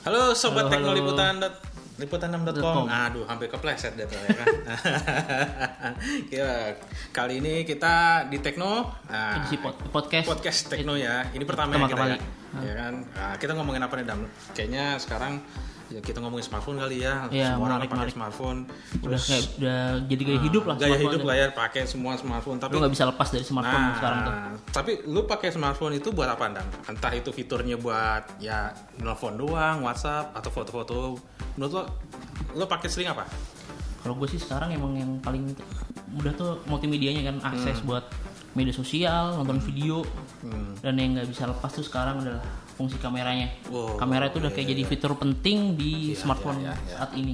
Halo Sobat Halo, Tekno halo. Liputan6.com. Aduh, hampir kepleset deh tuh ya kan. Ya, kali ini kita di Tekno. Edisi podcast. Podcast Tekno ya. Ini pertama Pertama kita ya. kali. Ya kan. Nah, kita ngomongin apa nih, Dam? Kayaknya sekarang ya kita ngomongin smartphone kali ya. Iya, Semua orang pakai menarik. smartphone. Udah jadi gaya hidup lah. Gaya smartphone hidup tuh. lah ya, pakai semua smartphone. Tapi Lu nggak bisa lepas dari smartphone sekarang tuh. Tapi lu pakai smartphone itu buat apa, Dan? Entah itu fiturnya buat ya nelfon doang, WhatsApp atau foto-foto. Menurut lo pakai sering apa? Kalau gue sih sekarang emang yang paling mudah tuh multimedianya kan, akses buat media sosial, nonton video, dan yang nggak bisa lepas tuh sekarang adalah fungsi kameranya. Wow, Kamera itu udah kayak jadi fitur penting di Iya, smartphone iya. saat ini.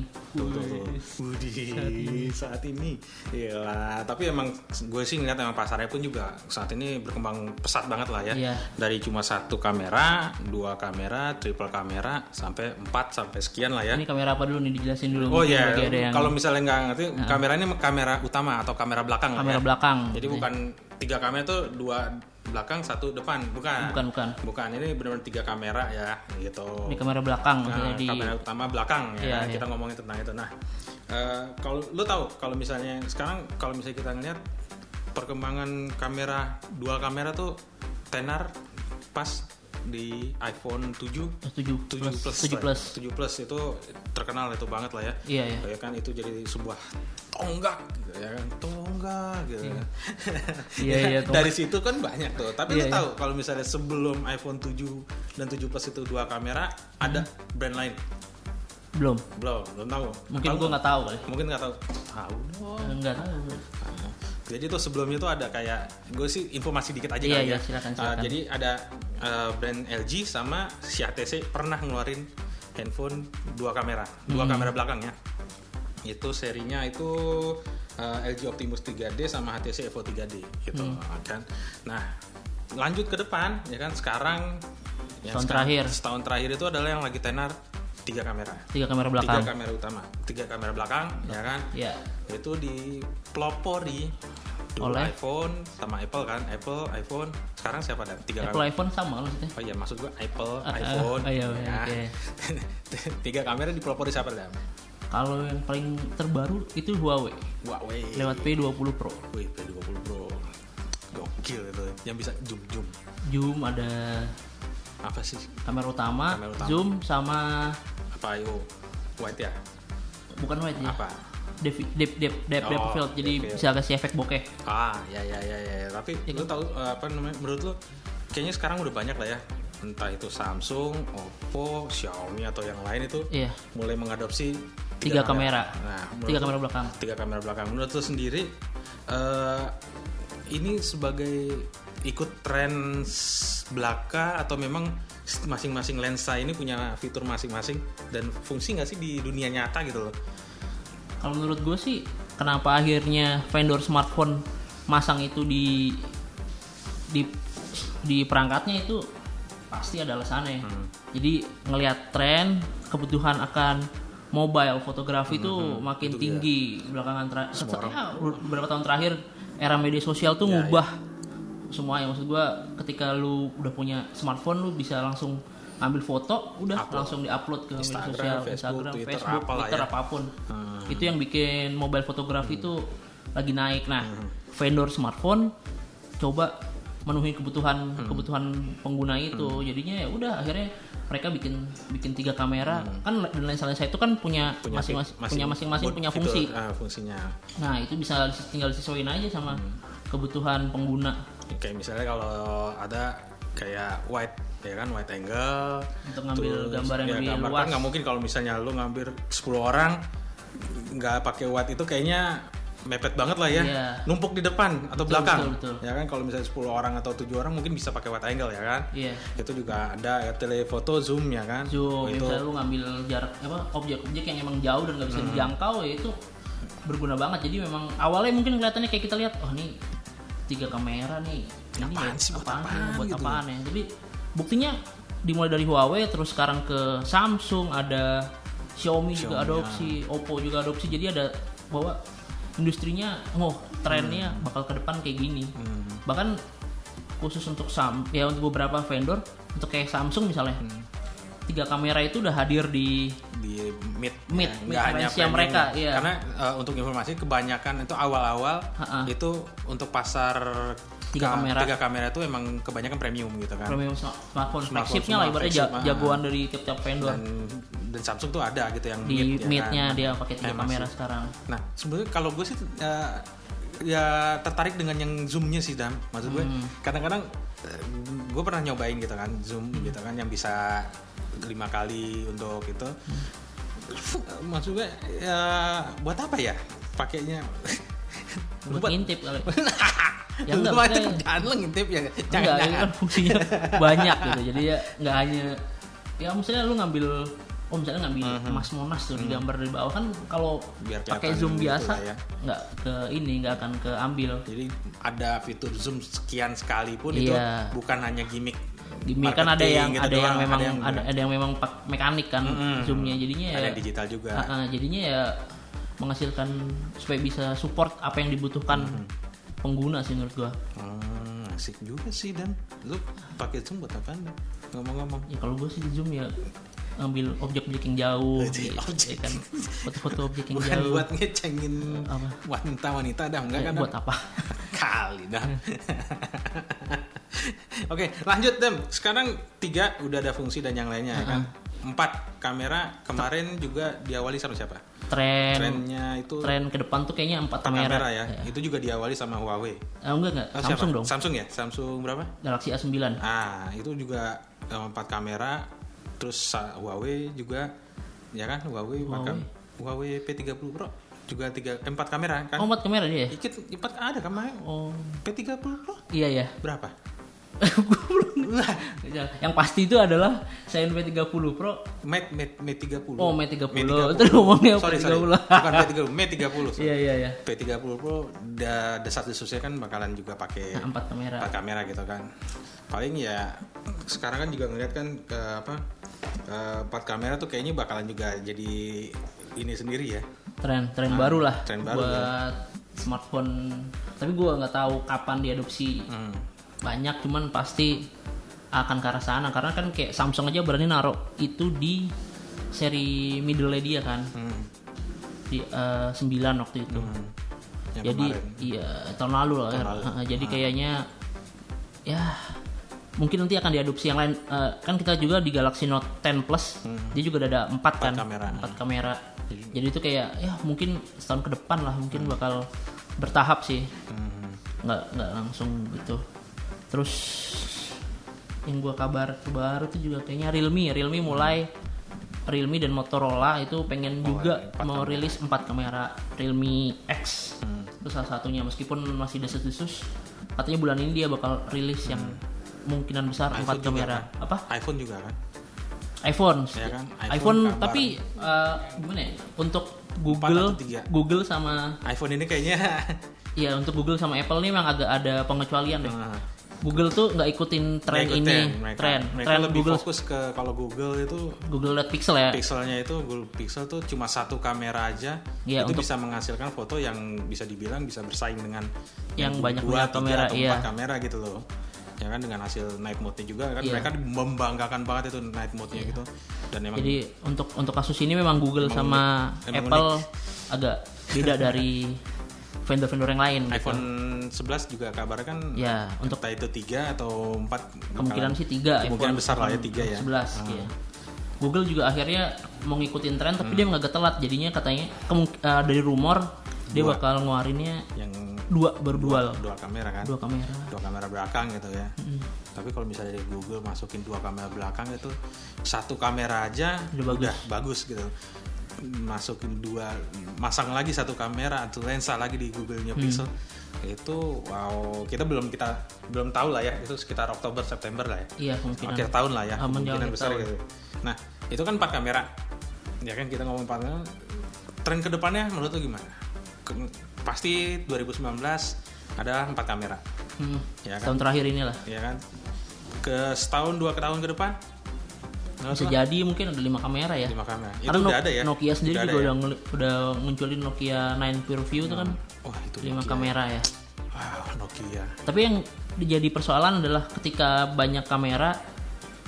Saat ini. Iya, tapi emang gue sih ngeliat emang pasarnya pun juga saat ini berkembang pesat banget lah ya. Iya. Dari cuma 1 kamera, 2 kamera, triple kamera, sampai 4 sampai sekian lah ya. Ini kamera apa dulu nih, dijelasin dulu. Oh Mungkin iya, bagi ada yang kalau misalnya nggak ngerti, kamera ini kamera utama atau kamera belakang lah kamera ya. belakang. Jadi bukan 3 kamera tuh 2 belakang 1 depan, bukan. Bukan, ini benar-benar 3 kamera ya, gitu. Ini kamera belakang maksudnya Nah, di kamera utama belakang ya. Iya, iya. Kita ngomongin tentang itu. Nah, kalau lu tahu kalau misalnya sekarang kalau misalnya kita ngeliat perkembangan kamera dual kamera tuh tenar pas di iPhone 7 7 plus. 7 Plus itu terkenal itu banget lah ya. Iya, iya. Ya kan itu jadi sebuah tonggak gitu ya kan. Tonggak gitu Iya. kan. Iya, iya, tonggak. Dari situ kan banyak tuh. Tapi Iya, lu iya. tahu kalau misalnya sebelum iPhone 7 dan 7 Plus itu 2 kamera ada brand lain? Belum Belum tahu. mungkin gue nggak tahu kali. Mungkin nggak tahu. Tahu dong. Nggak tahu. Nah, jadi tuh sebelumnya tuh ada kayak gue sih informasi dikit aja Iya, kali iya, ya. silakan. Jadi ada brand LG sama si HTC pernah ngeluarin handphone 2 kamera, 2 kamera belakang ya. Itu serinya itu LG Optimus 3D sama HTC Evo 3D gitu kan. Nah, lanjut ke depan ya kan sekarang setahun terakhir itu adalah yang lagi tenar 3 kamera. 3 kamera belakang. 3 kamera utama, 3 kamera belakang ya kan. Iya. Itu dipelopori dulu Oleh? iPhone sama Apple kan. Apple, iPhone. Sekarang siapa ada? 3 Apple kamera. iPhone sama maksudnya. Oh iya, maksud gua Apple, iPhone. Iya, ya. oke. 3 kamera dipelopori siapa ada? Kalau yang paling terbaru itu Huawei Huawei. lewat P20 Pro. Wih, P20 Pro. Gokil itu. Yang bisa zoom. Zoom ada Apa sih? kamera utama, Kamera utama. zoom sama Apa ayo? White ya? bukan wide ya. Apa? Depth of field. Jadi oke. bisa kasih efek bokeh. Ya. Tapi lu tahu apa namanya? Menurut lu kayaknya sekarang udah banyak lah ya. Entah itu Samsung, Oppo, Xiaomi atau yang lain itu Iya. mulai mengadopsi 3 kamera. Nah, 3 kamera belakang. 3 kamera belakang. Menurut lu sendiri ini sebagai ikut tren belaka atau memang masing-masing lensa ini punya fitur masing-masing dan fungsi nggak sih di dunia nyata gitu loh? Kalau menurut gue sih, kenapa akhirnya vendor smartphone masang itu di perangkatnya itu pasti ada alasannya. Jadi ngelihat tren kebutuhan akan mobile fotografi itu makin itu tinggi belakangan Semua beberapa tahun terakhir era media sosial tuh ngubah semuanya. Maksud gua ketika lu udah punya smartphone lu bisa langsung ngambil foto, udah langsung diupload ke Instagram, media sosial, Facebook, Twitter, Facebook, apalah Twitter ya. apapun. Itu yang bikin mobile fotografi itu lagi naik. Nah, vendor smartphone coba memenuhi kebutuhan pengguna itu. Jadinya ya udah akhirnya mereka bikin 3 kamera. Kan dan lensa-lensa itu kan punya masing-masing punya fungsi. Fungsinya. Nah, itu bisa tinggal disesuaiin aja sama kebutuhan pengguna. Kayak misalnya kalau ada kayak wide ya kan, wide angle Untuk ngambil gambar yang lebih gambar luas. kan nggak mungkin kalau misalnya lu ngambil 10 orang nggak pakai wide itu kayaknya mepet banget lah ya. Iya. Numpuk di depan atau Betul, belakang betul. ya kan. Kalau misalnya 10 orang atau 7 orang mungkin bisa pakai wide angle ya kan. Iya. Itu juga ada ya, telefoto zoom ya kan. Zoom, itu misalnya lu ngambil jarak objek-objek yang emang jauh dan nggak bisa dijangkau, ya itu berguna banget. Jadi memang awalnya mungkin kelihatannya kayak kita lihat, oh nih 3 kamera nih, ini Apaan sih, buat apaan gitu. apaan ya. Jadi buktinya dimulai dari Huawei, terus sekarang ke Samsung, ada Xiaomi juga adopsi, Oppo juga adopsi. Jadi ada bahwa industrinya, trennya bakal ke depan kayak gini. Bahkan khusus untuk untuk beberapa vendor, untuk kayak Samsung misalnya, 3 kamera itu udah hadir di mid nggak hanya mereka, iya. Karena untuk informasi kebanyakan itu awal-awal itu untuk pasar 3 kamera itu emang kebanyakan premium gitu kan. Premium smartphone flagshipnya lah ibaratnya jagoan dari tiap-tiap vendor. Dan Samsung tuh ada gitu yang di kan. mid-nya dia pakai 3 kamera sekarang. Nah sebenarnya kalau gue sih ya tertarik dengan yang zoomnya sih Dam. Maksud gue kadang-kadang gue pernah nyobain gitu kan zoom gitu kan yang bisa 5 kali untuk itu. Maksud gue ya buat apa ya pakainya? Buat ngintip kali. Ya enggak maksudnya kerjaan lo ngintip ya. Enggak, itu kan fungsinya banyak gitu. Jadi ya enggak hanya ya misalnya lu ngambil misalnya ngambil Mas Monas tuh digambar dari bawah kan kalau pakai zoom biasa ya. nggak akan keambil. Jadi ada fitur zoom sekian sekalipun itu bukan hanya gimmick kan ada yang gitu ada yang memang mekanik kan zoomnya jadinya ada yang digital juga. Jadinya ya menghasilkan supaya bisa support apa yang dibutuhkan pengguna sih menurut gua. Asik juga sih Dan. Lu pakai zoom buat apaan? Ngomong-ngomong. Ya kalau gua sih di zoom ya ngambil objek-objek yang jauh gitu, ya kan foto-foto objek yang bukan jauh. Buat ngecengin wanita dah enggak kan? Buat apa? Kali dah. Oke, lanjut Dem. Sekarang 3 udah ada fungsi dan yang lainnya ya kan. 4 kamera kemarin juga diawali sama siapa? Trennya itu tren ke depan tuh kayaknya 4 kamera ya. Itu juga diawali sama Huawei. Enggak. Samsung siapa? dong. Samsung ya? Samsung berapa? Galaxy A9. Itu juga 4 kamera. Terus Huawei juga ya kan? Huawei P30 Pro juga 4 kamera kan? 4 kamera dia. 4 ada kemarin. P30 Pro. Iya ya. Berapa? Yang pasti itu adalah Xiaomi P30 Pro. Mate 30. Mate 30. Itu ngomongnya P30. Bukan P30, Mate 30. Iya. P30 Pro desas-desusnya kan bakalan juga pakai 4 kamera. 4 kamera gitu kan. Paling ya sekarang kan juga ngeliat kan 4 kamera tuh kayaknya bakalan juga jadi ini sendiri ya. Tren baru lah. Tren baru buat ya. Smartphone. Tapi gua nggak tahu kapan diadopsi. Banyak cuman pasti akan ke arah sana karena kan kayak Samsung aja berani naruh itu di seri middle dia kan. Di 9 waktu itu. Jadi iya tahun lalu lah. Jadi kayaknya ya mungkin nanti akan diadopsi yang lain. Kan kita juga di Galaxy Note 10 Plus dia juga udah ada 4 kan. 4 kamera. Jadi itu kayak ya mungkin setahun ke depan lah mungkin bakal bertahap sih. Nggak langsung gitu. Terus yang gue kabar baru tuh juga kayaknya Realme mulai Realme dan Motorola itu pengen juga mau rilis 4 kamera Realme X. Itu salah satunya meskipun masih desas-desus katanya bulan ini dia bakal rilis yang kemungkinan besar 4 kamera. Kan? Apa? iPhone juga kan? iPhone ya kan? iPhone tapi gimana ya? Untuk Google sama iPhone ini kayaknya iya untuk Google sama Apple nih memang agak ada pengecualian deh. Google tuh nggak ikutin tren ini. Mereka lebih Google fokus ke kalau Google itu Google Light Pixel ya. Pixelnya itu Google Pixel tuh cuma 1 kamera aja. Ya, itu bisa menghasilkan foto yang bisa dibilang bisa bersaing dengan yang banyak 2, 3 kamera atau 4 kamera gitu loh. Ya kan dengan hasil night mode-nya juga kan mereka membanggakan banget itu night mode-nya gitu. Dan emang jadi untuk kasus ini memang Google sama Apple agak beda dari vendor-vendor yang lain. iPhone 11 juga kabarnya kan ya untuk entah itu 3 atau 4 kemungkinan sih 3 kemungkinan besar lah ya 3 ya 11 ya. Google juga akhirnya mau ngikutin tren tapi dia agak telat jadinya katanya dari rumor dia bakal ngeluarinnya yang dua kamera kan 2 kamera belakang gitu ya. Tapi kalau misalnya dari Google masukin 2 kamera belakang itu 1 kamera aja udah bagus gitu. Masukin 2 masang lagi 1 kamera atau lensa lagi di Google-nya Pixel itu wow kita belum tahu lah ya itu sekitar Oktober September lah ya. Iya kemungkinan akhir tahun lah ya kemungkinan besar tahun. gitu. Nah itu kan 4 kamera ya kan kita ngomong 4 kamera tren kedepannya menurut lu gimana? Pasti 2019 ada 4 kamera ya kan? Tahun terakhir inilah ya kan ke setahun 2 tahun ke depan bisa jadi mungkin ada 5 kamera ya. 5 kamera. Itu karena udah ada ya. Nokia sendiri juga udah munculin Nokia 9 PureView itu kan. Itu 5 kamera ya. Nokia. Tapi yang jadi persoalan adalah ketika banyak kamera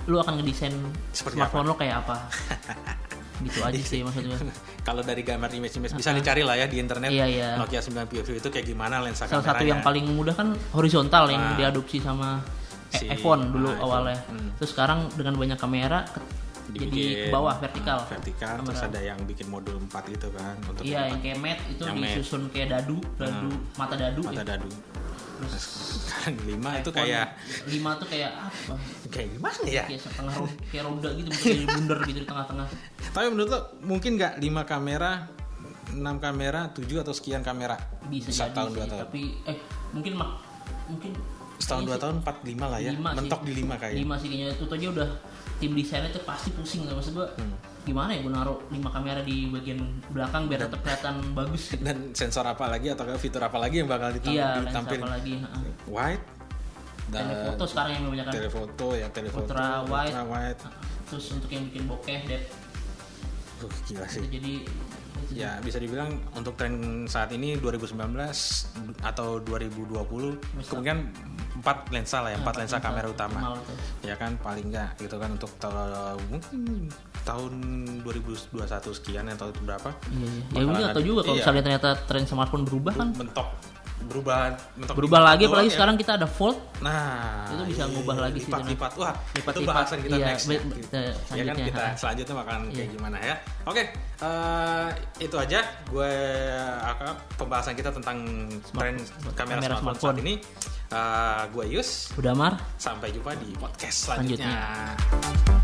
lu akan ngedesain Seperti smartphone lo kayak apa. Gitu aja sih maksudnya. Kalau dari gambar image bisa dicari lah ya di internet. Iya. Nokia 950 itu kayak gimana lensa Salah kameranya. satu yang paling mudah kan horizontal yang diadopsi sama iPhone dulu awalnya. Terus sekarang dengan banyak kamera jadi ke bawah vertikal. Terus ada yang bikin modul 4 itu kan untuk iya, yang kayak matte itu disusun kayak dadu mata dadu. Terus sekarang 5 itu kayak 5 tuh kayak apa? Kayak gimana ya? Kayak setengah kayak roda gitu, kayak bundar gitu di tengah-tengah. Tapi menurut lo mungkin nggak 5 kamera, 6 kamera, 7 atau sekian kamera? Bisa jadi tahun 2 sih, tahun. tapi mungkin setahun 2 tahun 4 5 lah ya. Mentok di 5 kayaknya. 5 sih kayaknya. Itu aja udah tim desainnya tuh pasti pusing lah, maksud gua. Gimana ya gue naruh 5 kamera di bagian belakang biar tetap kelihatan bagus gitu. Dan sensor apa lagi atau fitur apa lagi yang bakal ditampilkan? Lensa apa lagi? Wide, telefoto sekarang yang banyak kan. Telefoto, ultra wide. Terus untuk yang bikin bokeh, depth. Gila sih. Jadi ya bisa dibilang untuk tren saat ini 2019 atau 2020 kemungkinan 4 lensa lah ya, 4 lensa kamera utama. Ya kan paling enggak gitu kan untuk mungkin tahun 2021 sekian atau berapa. Iya. Ya udah tahu juga kalau misalnya ternyata tren smartphone berubah kan. Berubah lagi apalagi ya. Sekarang kita ada Fold. Nah, itu bisa ngubah lagi lipat-lipat. Wah, itu bahasan kita next. Ya kan kita selanjutnya akan kayak gimana ya. Oke, itu aja pembahasan kita tentang tren kamera smartphone saat ini. Gue Yus. Udah Mar. Sampai jumpa di podcast selanjutnya.